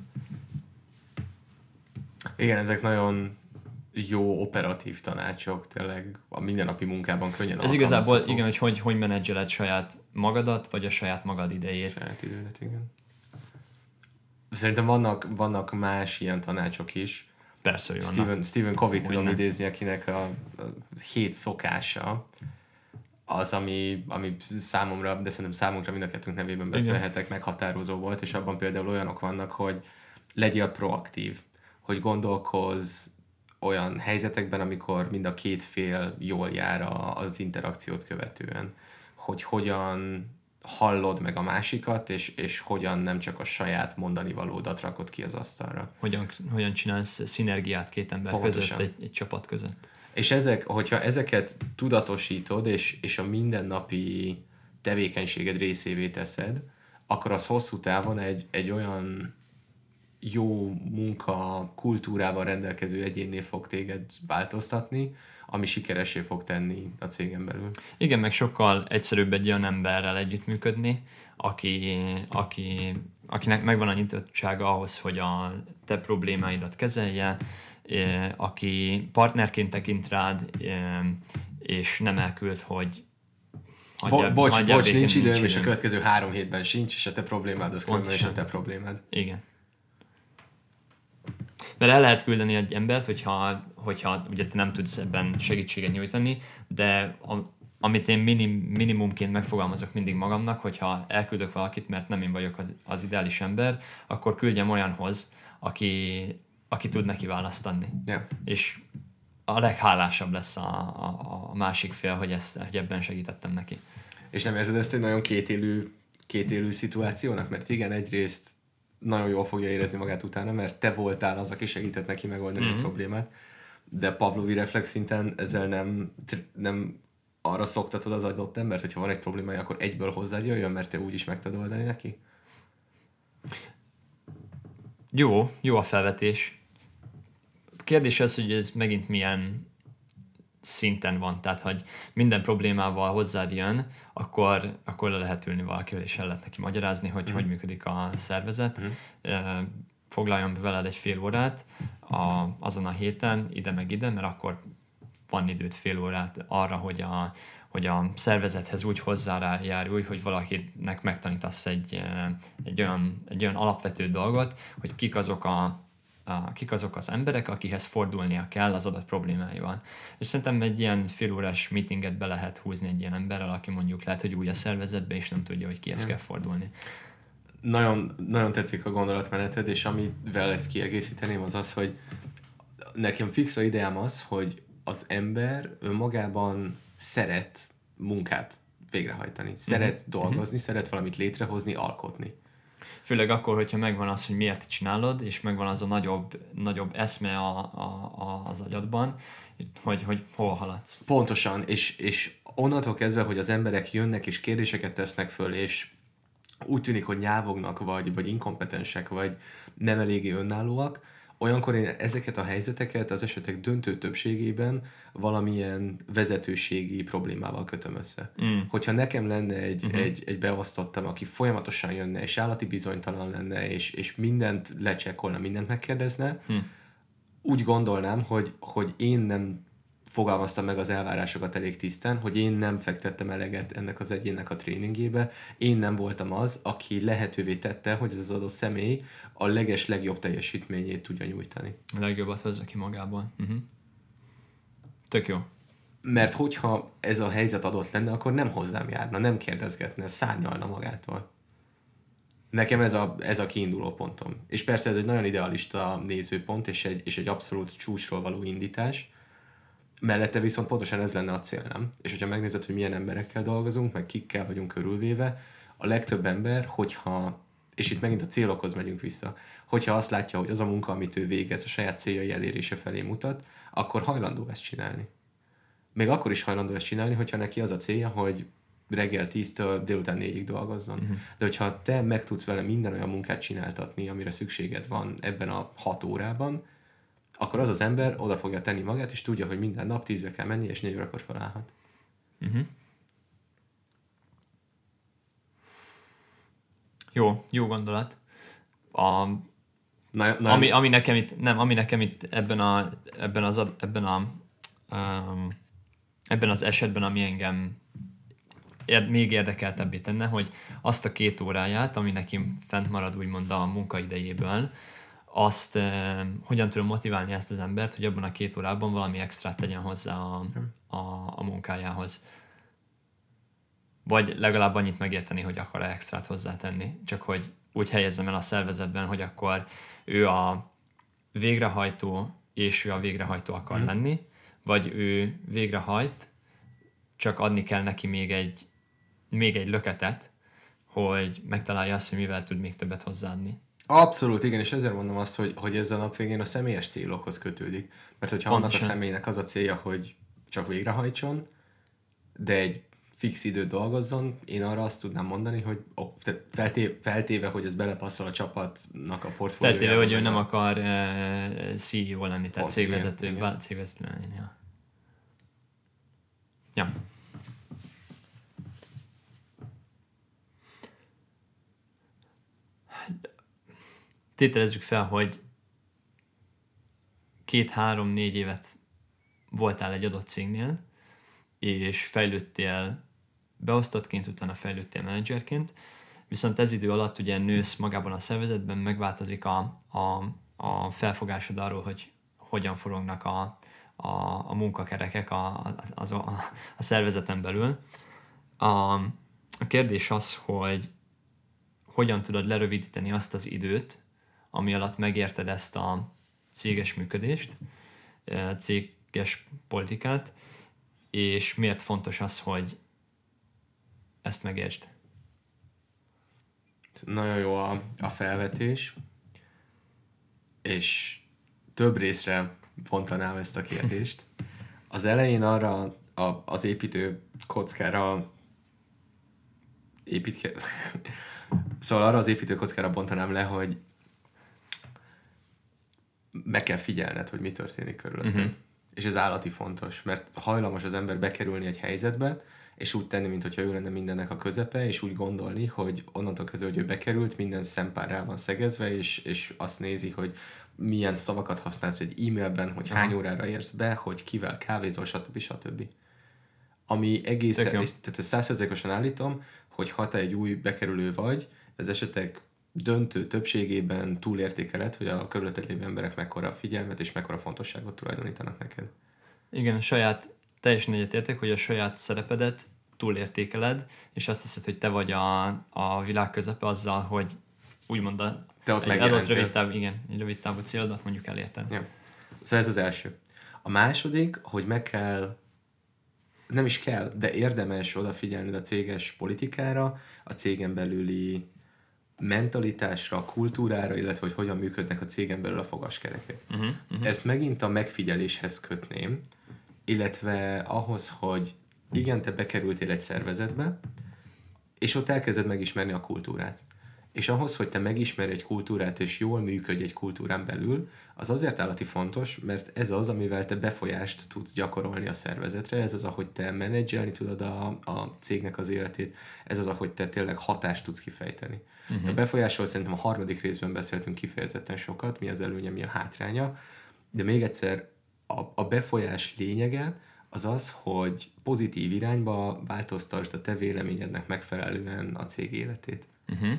[SPEAKER 2] Igen, ezek nagyon jó operatív tanácsok, tényleg a mindennapi munkában könnyen
[SPEAKER 3] ez igazából, igen, hogy hogy, hogy menedzseled saját magadat, vagy a saját magad idejét.
[SPEAKER 2] Saját idődet, igen. Szerintem vannak, vannak más ilyen tanácsok is.
[SPEAKER 3] Persze, hogy
[SPEAKER 2] Stephen, Stephen Covey tudom idézni, akinek a, a hét szokása az, ami, ami számomra, de szerintem számunkra mind a kettőnk nevében beszélhetek, igen. meghatározó volt, és abban például olyanok vannak, hogy legyél proaktív, hogy gondolkozz olyan helyzetekben, amikor mind a két fél jól jár az interakciót követően. Hogy hogyan hallod meg a másikat, és, és hogyan nem csak a saját mondani valódat rakod ki az asztalra.
[SPEAKER 3] Hogyan, hogyan csinálsz szinergiát két ember Pontosan. között, egy, egy csapat között.
[SPEAKER 2] És ezek, hogyha ezeket tudatosítod, és, és a mindennapi tevékenységed részévé teszed, akkor az hosszú távon egy, egy olyan jó munka kultúrával rendelkező egyénné fog téged változtatni, ami sikeressé fog tenni a cégen belül.
[SPEAKER 3] Igen, meg sokkal egyszerűbb egy olyan emberrel együttműködni, aki, aki, akinek megvan a nyitottsága ahhoz, hogy a te problémáidat kezelje, aki partnerként tekint rád, és nem elküld, hogy
[SPEAKER 2] hagyjál, Bo- bocs, hagyjál bocs nincs időm, nincs és időm. A következő három hétben sincs, és a te problémád az különben, és a te problémád.
[SPEAKER 3] Igen. Mert el lehet küldeni egy embert, hogyha, hogyha ugye te nem tudsz ebben segítséget nyújtani, de a, amit én minim, minimumként megfogalmazok mindig magamnak, hogyha elküldök valakit, mert nem én vagyok az, az ideális ember, akkor küldjem olyanhoz, aki, aki tud neki választ adni.
[SPEAKER 2] Yeah.
[SPEAKER 3] És a leghálásabb lesz a, a, a másik fél, hogy, ezt, hogy ebben segítettem neki.
[SPEAKER 2] És nem érzed ezt egy nagyon kétélű, kétélű szituációnak? Mert igen, egyrészt nagyon jól fogja érezni magát utána, mert te voltál az, aki segített neki megoldani mm-hmm. a problémát, de pavlovi reflex szinten ezzel nem, nem arra szoktatod az adott embert, hogyha van egy problémája, akkor egyből hozzád jöjjön, mert te úgyis meg tudod oldani neki?
[SPEAKER 3] Jó, jó a felvetés. Kérdés az, hogy ez megint milyen szinten van, tehát hogy minden problémával hozzád jön, akkor, akkor le lehet ülni valakivel, és el lehet neki magyarázni, hogy mm. hogy működik a szervezet. Mm. Foglaljon be veled egy fél órát a, azon a héten, ide meg ide, mert akkor van időt fél órát arra, hogy a, hogy a szervezethez úgy hozzájárulj, hogy valakinek megtanítasz egy, egy, olyan, egy olyan alapvető dolgot, hogy kik azok a A, kik azok az emberek, akihez fordulnia kell az adott problémáival. És szerintem egy ilyen félórás meetinget be lehet húzni egy ilyen emberrel, aki mondjuk lehet, hogy új a szervezetbe, és nem tudja, hogy kihez kell fordulni.
[SPEAKER 2] Nagyon, nagyon tetszik a gondolatmeneted, és amivel ezt kiegészíteném, az az, hogy nekem fix a ideám az, hogy az ember önmagában szeret munkát végrehajtani. Szeret uh-huh. dolgozni, uh-huh. szeret valamit létrehozni, alkotni.
[SPEAKER 3] Főleg akkor, hogyha megvan az, hogy miért csinálod, és megvan az a nagyobb, nagyobb eszme a, a, a, az agyadban, hogy, hogy hol haladsz.
[SPEAKER 2] Pontosan, és, és onnantól kezdve, hogy az emberek jönnek és kérdéseket tesznek föl, és úgy tűnik, hogy nyávognak, vagy, vagy inkompetensek, vagy nem eléggé önállóak, olyankor én ezeket a helyzeteket az esetek döntő többségében valamilyen vezetőségi problémával kötöm össze. Mm. Hogyha nekem lenne egy, uh-huh. egy, egy beosztottam, aki folyamatosan jönne, és állati bizonytalan lenne, és, és mindent lecsekkolna, mindent megkérdezne, hm. úgy gondolnám, hogy, hogy én nem fogalmaztam meg az elvárásokat elég tisztán, hogy én nem fektettem eleget ennek az egyének a tréningébe, én nem voltam az, aki lehetővé tette, hogy ez az adott személy a leges legjobb teljesítményét tudja nyújtani.
[SPEAKER 3] A legjobbat hozza ki magából. Uh-huh. Tök jó.
[SPEAKER 2] Mert hogyha ez a helyzet adott lenne, akkor nem hozzám járna, nem kérdezgetne, szárnyalna magától. Nekem ez a, ez a kiinduló pontom. És persze ez egy nagyon idealista nézőpont, és egy, és egy abszolút csúcsról való indítás. Mellette viszont pontosan ez lenne a cél, nem? És hogyha megnézed, hogy milyen emberekkel dolgozunk, meg kikkel vagyunk körülvéve, a legtöbb ember, hogyha, és itt megint a célokhoz megyünk vissza, hogyha azt látja, hogy az a munka, amit ő végez, a saját céljai elérése felé mutat, akkor hajlandó ezt csinálni. Még akkor is hajlandó ezt csinálni, hogyha neki az a célja, hogy reggel tíztől délután négyig dolgozzon. Uh-huh. De hogyha te meg tudsz vele minden olyan munkát csináltatni, amire szükséged van ebben a hat órában, akkor az az ember oda fogja tenni magát, és tudja, hogy minden nap tízre kell menni, és négy órakor felállhat.
[SPEAKER 3] Uh-huh. Jó, jó gondolat. A, na, na, ami, ami, nekem itt, nem, ami nekem itt ebben, a, ebben, az, ebben, a, um, ebben az esetben, ami engem ér, még érdekeltebbé tenne, hogy azt a két óráját, ami nekem fent marad úgymond a munkaidejéből, azt eh, hogyan tudom motiválni ezt az embert, hogy abban a két órában valami extrát tegyen hozzá a, a, a munkájához. Vagy legalább annyit megérteni, hogy akar-e extrát hozzátenni. Csak hogy úgy helyezzem el a szervezetben, hogy akkor ő a végrehajtó, és ő a végrehajtó akar mm. lenni, vagy ő végrehajt, csak adni kell neki még egy, még egy löketet, hogy megtalálja azt, hogy mivel tud még többet hozzáadni.
[SPEAKER 2] Abszolút, igen, és ezért mondom azt, hogy, hogy ez a nap végén a személyes célokhoz kötődik. Mert hogyha annak a személynek az a célja, hogy csak végrehajtson, de egy fix időt dolgozzon, én arra azt tudnám mondani, hogy oh, felté- feltéve, hogy ez belepasszol a csapatnak a portfóliójába.
[SPEAKER 3] Feltéve, hogy ő nem a... akar uh, cé e o lenni, tehát oh, cégvezető, igen, igen. cégvezető lenni. Ja. ja. Tételezzük fel, hogy két-három-négy évet voltál egy adott cégnél, és fejlődtél beosztottként, utána fejlődtél menedzserként, viszont ez idő alatt ugye nősz magában a szervezetben, megváltozik a, a, a felfogásod arról, hogy hogyan forognak a, a, a munkakerekek a, a, a, a szervezeten belül. A, a kérdés az, hogy hogyan tudod lerövidíteni azt az időt, ami alatt megérted ezt a céges működést, céges politikát, és miért fontos az, hogy ezt megértsd.
[SPEAKER 2] Nagyon jó a, a felvetés, és több részre bontanám ezt a kérdést. Az elején arra, a, az építő kockára építke... szóval arra az építő kockára bontanám le, hogy meg kell figyelned, hogy mi történik körülötted. Uh-huh. És ez állati fontos, mert hajlamos az ember bekerülni egy helyzetbe, és úgy tenni, mintha ő lenne mindennek a közepe, és úgy gondolni, hogy onnantól kezdve, hogy ő bekerült, minden szempár rá van szegezve, és, és azt nézi, hogy milyen szavakat használsz egy e-mailben, hogy hány órára érsz be, hogy kivel kávézol, stb. stb. Ami egészen, és, tehát ezt száz százalékosan állítom, hogy ha te egy új bekerülő vagy, az esetek döntő többségében túlértékeled, hogy a körülötted lévő emberek mekkora figyelmet és mekkora fontosságot tulajdonítanak neked.
[SPEAKER 3] Igen, a saját, teljesen egyetértek, hogy a saját szerepedet túlértékeled, és azt hiszed, hogy te vagy a, a világ közepe azzal, hogy úgymond a
[SPEAKER 2] te ott
[SPEAKER 3] egy adott rövid táv, igen, egy rövid távú célodat mondjuk elérted.
[SPEAKER 2] Ja. Szóval ez az első. A második, hogy meg kell, nem is kell, de érdemes odafigyelni a céges politikára, a cégen belüli mentalitásra, kultúrára, illetve hogy hogyan működnek a cégen belül a fogaskerekek. Uh-huh, uh-huh. Ezt megint a megfigyeléshez kötném, illetve ahhoz, hogy igen, te bekerültél egy szervezetbe, és ott elkezded megismerni a kultúrát. És ahhoz, hogy te megismerj egy kultúrát, és jól működj egy kultúrán belül, az azért állati fontos, mert ez az, amivel te befolyást tudsz gyakorolni a szervezetre, ez az, ahogy te menedzselni tudod a, a cégnek az életét, ez az, ahogy te tényleg hatást tudsz kifejteni. Uh-huh. A befolyásról szerintem a harmadik részben beszéltünk kifejezetten sokat, mi az előnye, mi a hátránya, de még egyszer a, a befolyás lényege az az, hogy pozitív irányba változtasd a te véleményednek megfelelően a cég életét. Uh-huh.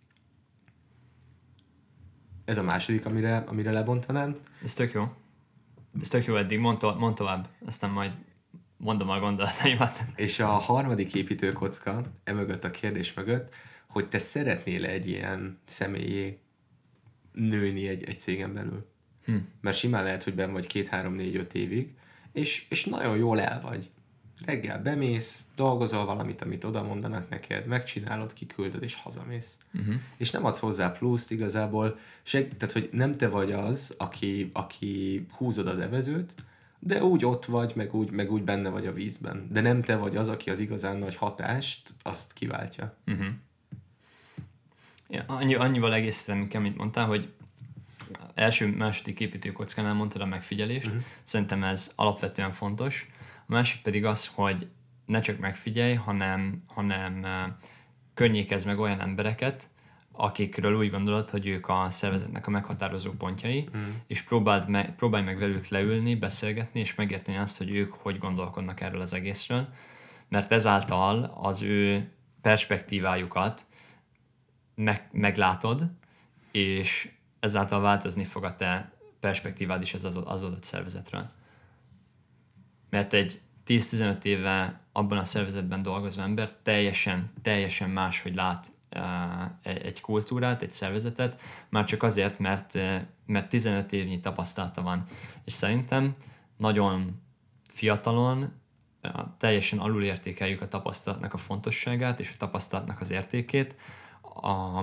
[SPEAKER 2] Ez a második, amire, amire lebontanám.
[SPEAKER 3] Ez tök jó. Ez tök jó eddig, mondd, to- mondd tovább, aztán majd mondom a gondolataimat.
[SPEAKER 2] És a harmadik építőkocka, emögött a kérdés mögött, hogy te szeretnél egy ilyen személyé nőni egy, egy cégen belül. Hm. Mert simán lehet, hogy benn vagy két, három, négy, öt évig, és, és nagyon jól el vagy. Reggel bemész, dolgozol valamit, amit oda mondanak neked, megcsinálod, kiküldöd, és hazamész. Uh-huh. És nem adsz hozzá pluszt igazából, seg- tehát, hogy nem te vagy az, aki, aki húzod az evezőt, de úgy ott vagy, meg úgy, meg úgy benne vagy a vízben. De nem te vagy az, aki az igazán nagy hatást, azt kiváltja. Uh-huh.
[SPEAKER 3] Ja, annyi, annyival egészítem ki, amit mondtál, hogy első-második építőkockánál mondtad a megfigyelést. Uh-huh. Szerintem ez alapvetően fontos. A másik pedig az, hogy ne csak megfigyelj, hanem, hanem uh, környékezz meg olyan embereket, akikről úgy gondolod, hogy ők a szervezetnek a meghatározó pontjai, mm. és próbáld me- próbálj meg velük leülni, beszélgetni, és megérteni azt, hogy ők hogy gondolkodnak erről az egészről, mert ezáltal az ő perspektívájukat meg- meglátod, és ezáltal változni fog a te perspektívád is az, az adott szervezetről. Mert egy tíz-tizenöt éve abban a szervezetben dolgozó ember teljesen, teljesen máshogy lát uh, egy kultúrát, egy szervezetet, már csak azért, mert, uh, mert tizenöt évnyi tapasztalata van. És szerintem nagyon fiatalon uh, teljesen alulértékeljük a tapasztalatnak a fontosságát és a tapasztalatnak az értékét. A,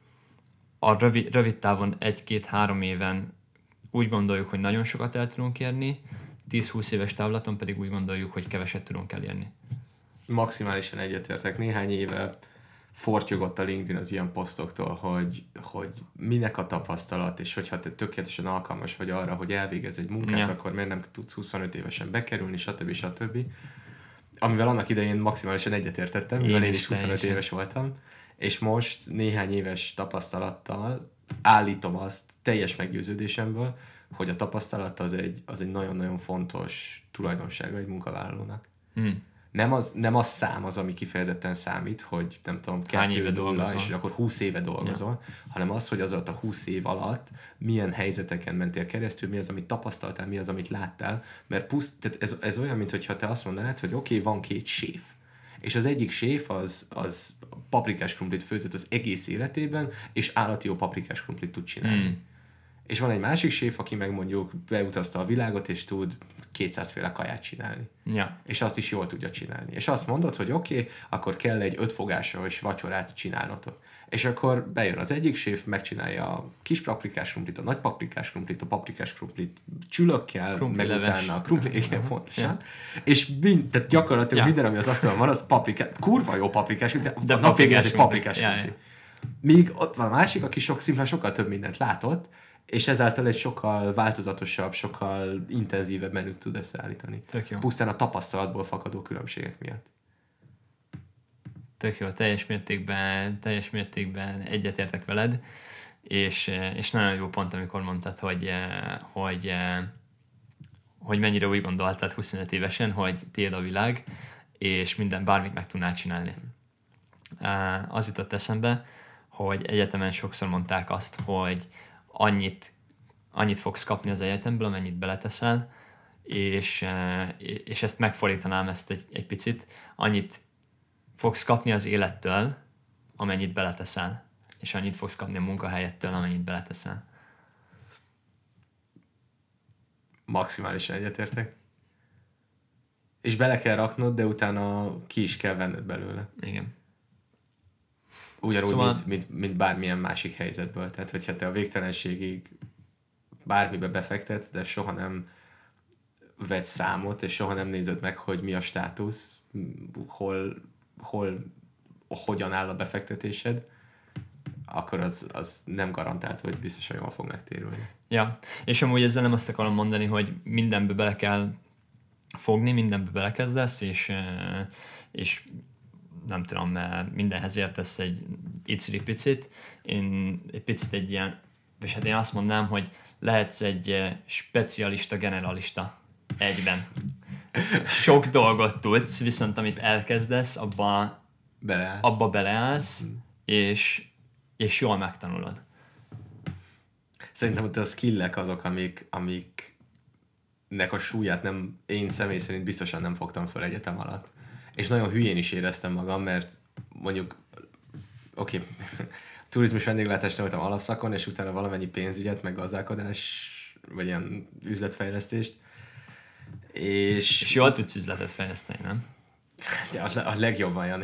[SPEAKER 3] a rövid, rövid távon egy-két-három éven úgy gondoljuk, hogy nagyon sokat el tudunk érni, tíz-húsz éves távlaton pedig úgy gondoljuk, hogy keveset tudunk elérni.
[SPEAKER 2] Maximálisan egyetértek. Néhány éve fortyogott a LinkedIn az ilyen posztoktól, hogy, hogy minek a tapasztalat, és hogyha te tökéletesen alkalmas vagy arra, hogy elvégezz egy munkát, ja. akkor miért nem tudsz huszonöt évesen bekerülni, stb. stb. Amivel annak idején maximálisan egyetértettem, mivel én, én is huszonöt éves voltam, és most néhány éves tapasztalattal állítom azt teljes meggyőződésemből, hogy a tapasztalat az egy, az egy nagyon-nagyon fontos tulajdonsága egy munkavállalónak. Hmm. Nem, az, nem az szám az, ami kifejezetten számít, hogy nem tudom, kettő nulla, és akkor húsz éve dolgozol, ja. hanem az, hogy az alatt a húsz év alatt milyen helyzeteken mentél keresztül, mi az, amit tapasztaltál, mi az, amit láttál, mert puszt, tehát ez, ez olyan, mintha te azt mondanád, hogy oké, okay, van két séf, és az egyik séf az, az paprikás krumplit főzött az egész életében, és állati jó paprikás krumplit tud csinálni. Hmm. És van egy másik séf, aki meg mondjuk beutazta a világot, és tud kétszázféle kaját csinálni.
[SPEAKER 3] Ja.
[SPEAKER 2] És azt is jól tudja csinálni. És azt mondod, hogy oké, okay, akkor kell egy ötfogásos vacsorát csinálnotok. És akkor bejön az egyik séf, megcsinálja a kis paprikás krumplit, a nagy paprikás krumplit, a paprikás krumplit csülökkel, meg
[SPEAKER 3] leves.
[SPEAKER 2] utána a krumpli, igen, fontosan. Ja. És mind, tehát gyakorlatilag ja. minden, ami az asztalon van, az paprikás, kurva jó paprikás, de, de a nap végén ez egy paprikás krumpli. Ja, ja. Míg ott van a másik, aki sok, szimplán sokkal több mindent látott, és ezáltal egy sokkal változatosabb, sokkal intenzívebb menüt tud összeállítani. Pusztán a tapasztalatból fakadó különbségek miatt.
[SPEAKER 3] Tök jó, teljes mértékben, teljes mértékben egyetértek veled, és, és nagyon jó pont, amikor mondtad, hogy, hogy, hogy mennyire úgy gondoltad huszonöt évesen, hogy tiéd a világ, és minden bármit meg tudnál csinálni. Az jutott eszembe, hogy egyetemen sokszor mondták azt, hogy annyit, annyit fogsz kapni az egyetemből, amennyit beleteszel, és, és ezt megfordítanám ezt egy, egy picit, annyit fogsz kapni az élettől, amennyit beleteszel, és annyit fogsz kapni a munkahelyettől, amennyit beleteszel.
[SPEAKER 2] Maximálisan egyetértek. És bele kell raknod, de utána ki is kell venned belőle.
[SPEAKER 3] Igen.
[SPEAKER 2] Ugyanúgy, szóval... mint, mint, mint bármilyen másik helyzetből. Tehát, hogyha te a végtelenségig bármibe befektetsz, de soha nem vedd számot, és soha nem nézed meg, hogy mi a státusz, hol, hol hogyan áll a befektetésed, akkor az, az nem garantált, hogy biztosan jól fog megtérülni.
[SPEAKER 3] Ja, és amúgy ezzel nem azt akarom mondani, hogy mindenbe bele kell fogni, mindenbe belekezdesz, és, és nem tudom, mindenhez értesz egy iciri-picit. Én egy picit egy ilyen, és hát én azt mondnám, hogy lehetsz egy specialista, generalista egyben. Sok dolgot tudsz, viszont amit elkezdesz, abba
[SPEAKER 2] beleállsz,
[SPEAKER 3] abba beleállsz mm. és, és jól megtanulod.
[SPEAKER 2] Szerintem hogy a skillek azok, amik, amiknek a súlyát nem, én személy szerint biztosan nem fogtam föl egyetem alatt. És nagyon hülyén is éreztem magam, mert mondjuk, oké, okay, turizmus vendéglátást tanultam alapszakon, és utána valamennyi pénzügyet, meg gazdálkodás, vagy ilyen üzletfejlesztést. És,
[SPEAKER 3] és jól tudsz üzletet fejleszteni, nem?
[SPEAKER 2] De a, a legjobban, Jani.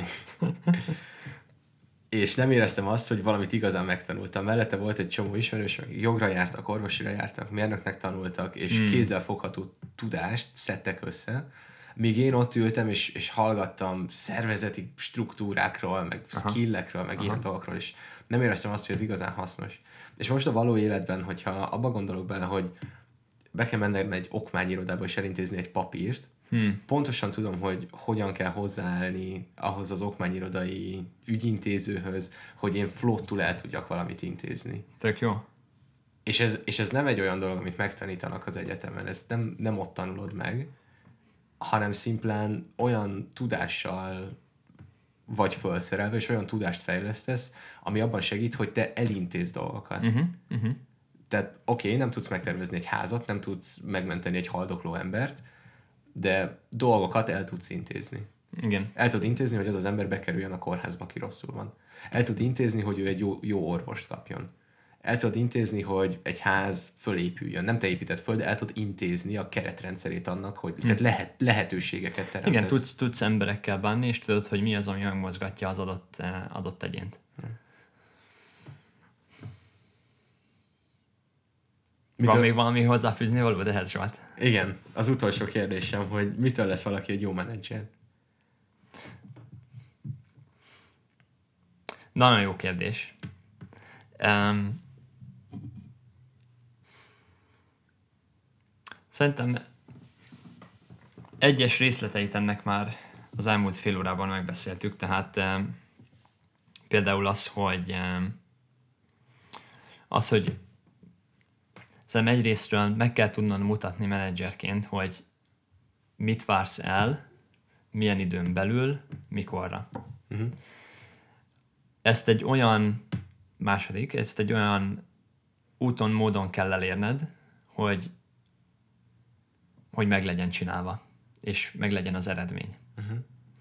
[SPEAKER 2] És nem éreztem azt, hogy valamit igazán megtanultam. Mellette volt egy csomó ismerős, meg jogra jártak, orvosira jártak, mérnöknek tanultak, és hmm. kézzel fogható tudást szedtek össze, míg én ott ültem, és, és hallgattam szervezeti struktúrákról, meg Aha. skillekről, meg Aha. ilyen dolgokról, és nem éreztem azt, hogy ez igazán hasznos. És most a való életben, hogyha abba gondolok bele, hogy be kell mennem egy okmányirodába és elintézni egy papírt, hmm. pontosan tudom, hogy hogyan kell hozzáállni ahhoz az okmányirodai ügyintézőhöz, hogy én flottul el tudjak valamit intézni.
[SPEAKER 3] Tök jó.
[SPEAKER 2] És ez, és ez nem egy olyan dolog, amit megtanítanak az egyetemen, ezt nem, nem ott tanulod meg, hanem szimplán olyan tudással vagy felszerelve, és olyan tudást fejlesztesz, ami abban segít, hogy te elintézd dolgokat. Uh-huh. Uh-huh. Tehát oké, okay, nem tudsz megtervezni egy házat, nem tudsz megmenteni egy haldokló embert, de dolgokat el tudsz intézni.
[SPEAKER 3] Igen.
[SPEAKER 2] El tud intézni, hogy az az ember bekerüljön a kórházba, aki rosszul van. El tud intézni, hogy ő egy jó, jó orvost kapjon. El tud intézni, hogy egy ház fölépüljön. Nem te építed föl, de el tud intézni a keretrendszerét annak, hogy hm. tehát lehet, lehetőségeket teremtesz.
[SPEAKER 3] Igen, tudsz, tudsz emberekkel bánni, és tudod, hogy mi az, ami megmozgatja az adott, adott egyént. Hm. Mitől... Van még valami hozzáfűzni való, de ez volt.
[SPEAKER 2] Igen, az utolsó kérdésem, hogy mitől lesz valaki egy jó menedzser?
[SPEAKER 3] Nagyon jó kérdés. Um, szerintem egyes részleteit ennek már az elmúlt fél órában megbeszéltük, tehát um, például az, hogy um, az, hogy szerintem egyrésztről meg kell tudnod mutatni menedzserként, hogy mit vársz el, milyen időn belül, mikorra. Uh-huh. Ezt egy olyan második, ezt egy olyan úton, módon kell elérned, hogy, hogy meg legyen csinálva, és meg legyen az eredmény. Uh-huh.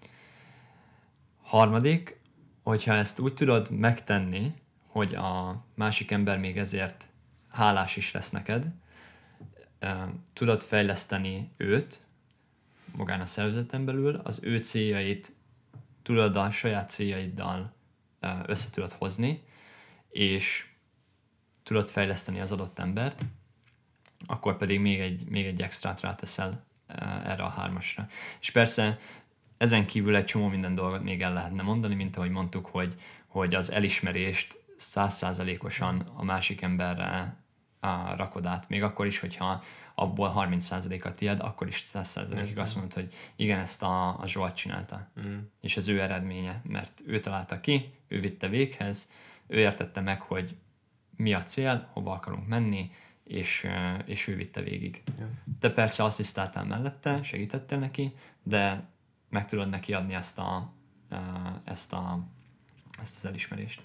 [SPEAKER 3] Harmadik, hogyha ezt úgy tudod megtenni, hogy a másik ember még ezért hálás is lesz neked, tudod fejleszteni őt magán a szervezeten belül, az ő céljait tudod a saját céljaiddal össze tudod hozni, és tudod fejleszteni az adott embert, akkor pedig még egy, még egy extrát ráteszel erre a hármasra. És persze ezen kívül egy csomó minden dolgot még el lehetne mondani, mint ahogy mondtuk, hogy, hogy az elismerést száz százalékosan a másik emberre á, rakod át. Még akkor is, hogyha abból harminc százalék a tied, akkor is száz százalékig azt mondod, hogy igen, ezt a, a Zsolt csinálta. Mm. És az ő eredménye, mert ő találta ki, ő vitte véghez, ő értette meg, hogy mi a cél, hova akarunk menni, és, és ő vitte végig. Ja. Te persze asszisztáltál mellette, segítettél neki, de meg tudod neki adni ezt, a, ezt, a, ezt az elismerést.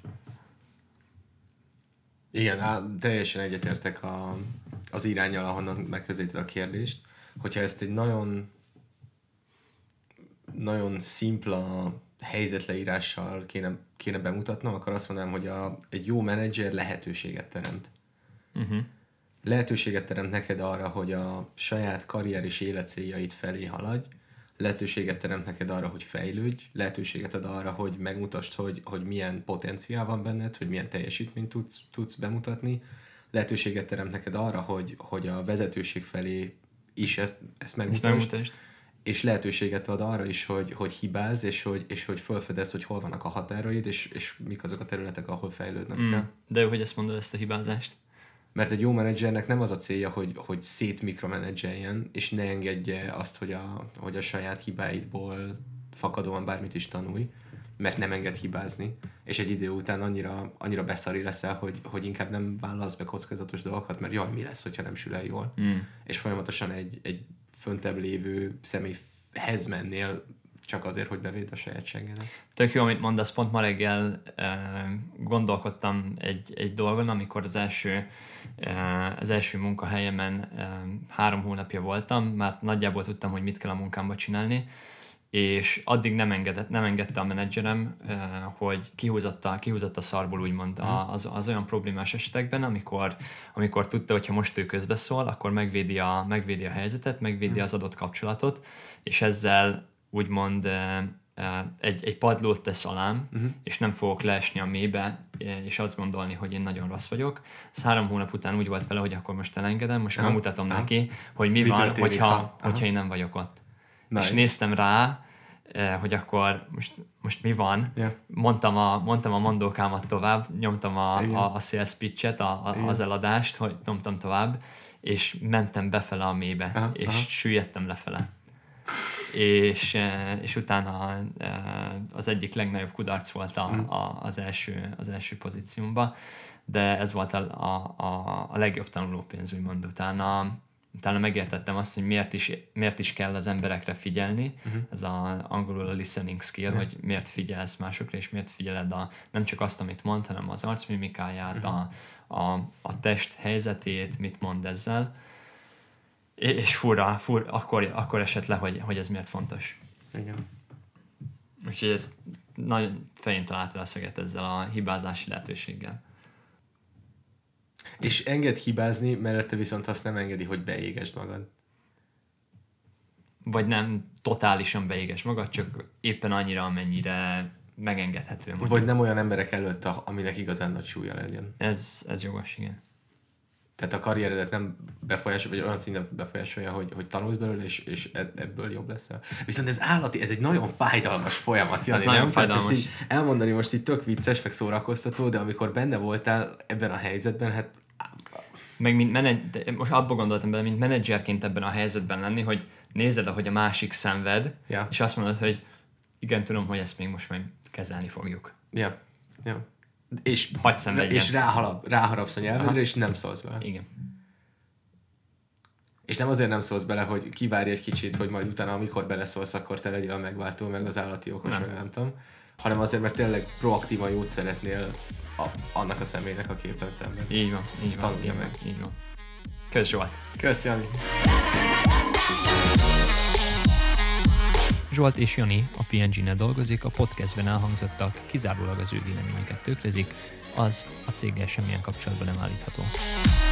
[SPEAKER 2] Igen, á, teljesen egyetértek a, az iránnyal, ahonnan megközelíted a kérdést. Hogyha ezt egy nagyon nagyon szimpla helyzetleírással kéne, kéne bemutatnom, akkor azt mondanám, hogy a, egy jó menedzser lehetőséget teremt. Uh-huh. Lehetőséget teremt neked arra, hogy a saját karrier és életcéljait felé haladj, lehetőséget teremt neked arra, hogy fejlődj, lehetőséget ad arra, hogy megmutasd, hogy, hogy milyen potenciál van benned, hogy milyen teljesítményt tudsz, tudsz bemutatni, lehetőséget teremt neked arra, hogy, hogy a vezetőség felé is ezt, ezt megmutasd, és lehetőséget ad arra is, hogy, hogy hibázz, és hogy, és hogy felfedezd, hogy hol vannak a határaid, és, és mik azok a területek, ahol fejlődnöd mm. kell.
[SPEAKER 3] De jó, hogy ezt mondod, ezt a hibázást.
[SPEAKER 2] Mert egy jó menedzsernek nem az a célja, hogy, hogy szét mikromenedzseljen, és ne engedje azt, hogy a, hogy a saját hibáidból fakadóan bármit is tanulj, mert nem enged hibázni, és egy idő után annyira, annyira beszari leszel, hogy, hogy inkább nem vállalsz be kockázatos dolgokat, mert jaj, mi lesz, hogyha nem sül el jól. Mm. És folyamatosan egy, egy föntebb lévő személyhez mennél csak azért, hogy bevéd a saját sengedet.
[SPEAKER 3] Tök jó, amit mondasz, pont ma reggel eh, gondolkodtam egy, egy dolgon, amikor az első, eh, az első munkahelyemen eh, három hónapja voltam, már nagyjából tudtam, hogy mit kell a munkámba csinálni, és addig nem, engedett, nem engedte a menedzserem, eh, hogy kihúzott a, kihúzott a szarból, úgymond mm. az, az olyan problémás esetekben, amikor, amikor tudta, hogyha most ő közbeszól, akkor megvédi a, megvédi a helyzetet, megvédi mm. az adott kapcsolatot, és ezzel úgymond egy, egy padlót tesz alám, uh-huh. és nem fogok leesni a mélybe, és azt gondolni, hogy én nagyon rossz vagyok. Ez három hónap után úgy volt vele, hogy akkor most elengedem, most megmutatom uh-huh. neki, hogy mi, mi van, hogyha, hogyha én nem vagyok ott. Nice. És néztem rá, hogy akkor most, most mi van. Yeah. Mondtam, a, mondtam a mondókámat tovább, nyomtam a, a, a sales pitchet, a, a, az eladást, hogy nyomtam tovább, és mentem befele a mélybe, uh-huh. és uh-huh. süllyedtem lefele. És, és utána az egyik legnagyobb kudarc volt a, a, az, első, az első pozíciómban, de ez volt a, a, a legjobb tanulópénz, úgymond. Utána, utána megértettem azt, hogy miért is, miért is kell az emberekre figyelni, uh-huh. ez a, angolul a listening skill, uh-huh. hogy miért figyelsz másokra, és miért figyeled a, nem csak azt, amit mond, hanem az arcmimikáját, uh-huh. a, a, a test helyzetét, mit mond ezzel. És fura, fura akkor, akkor esett le, hogy, hogy ez miért fontos.
[SPEAKER 2] Igen.
[SPEAKER 3] Úgyhogy ez nagyon fején találta a szöget ezzel a hibázási lehetőséggel.
[SPEAKER 2] És enged hibázni, mellette viszont azt nem engedi, hogy beégesd magad.
[SPEAKER 3] Vagy nem totálisan beégesd magad, csak éppen annyira, amennyire megengedhető. Mondjuk.
[SPEAKER 2] Vagy nem olyan emberek előtt, aminek igazán nagy súlya legyen.
[SPEAKER 3] Ez, ez jogos, igen.
[SPEAKER 2] Tehát a karrieredet nem befolyásolja, vagy olyan szinten befolyásolja, hogy, hogy tanulsz belőle, és, és ebből jobb leszel. Viszont ez állati, ez egy nagyon fájdalmas folyamat, Jani,
[SPEAKER 3] ez nem? Tehát ezt így
[SPEAKER 2] elmondani most így tök vicces, meg szórakoztató, de amikor benne voltál ebben a helyzetben, hát...
[SPEAKER 3] Meg mint menedzser, most abba gondoltam bele, mint menedzserként ebben a helyzetben lenni, hogy nézed, ahogy a másik szenved, ja. és azt mondod, hogy igen, tudom, hogy ezt még most meg kezelni fogjuk.
[SPEAKER 2] Ja, ja. És, és ráharap, ráharapsz a nyelvedre, aha. és nem szólsz bele.
[SPEAKER 3] Igen.
[SPEAKER 2] És nem azért nem szólsz bele, hogy kivárj egy kicsit, hogy majd utána, amikor beleszólsz, akkor te legyél a megváltó, meg az állati okos, nem. meg nem tudom. Hanem azért, mert tényleg proaktívan jót szeretnél a, annak a személynek, aki éppen szemben.
[SPEAKER 3] Így van, így van. Tanulja meg. Így van. Kösz Zsolt.
[SPEAKER 2] Kösz Jani.
[SPEAKER 3] Zsolt és Jani a pé en gé-nél dolgozik, a podcastben elhangzottak kizárólag az ő véleményeket tükrözik, az a céggel semmilyen kapcsolatban nem állítható.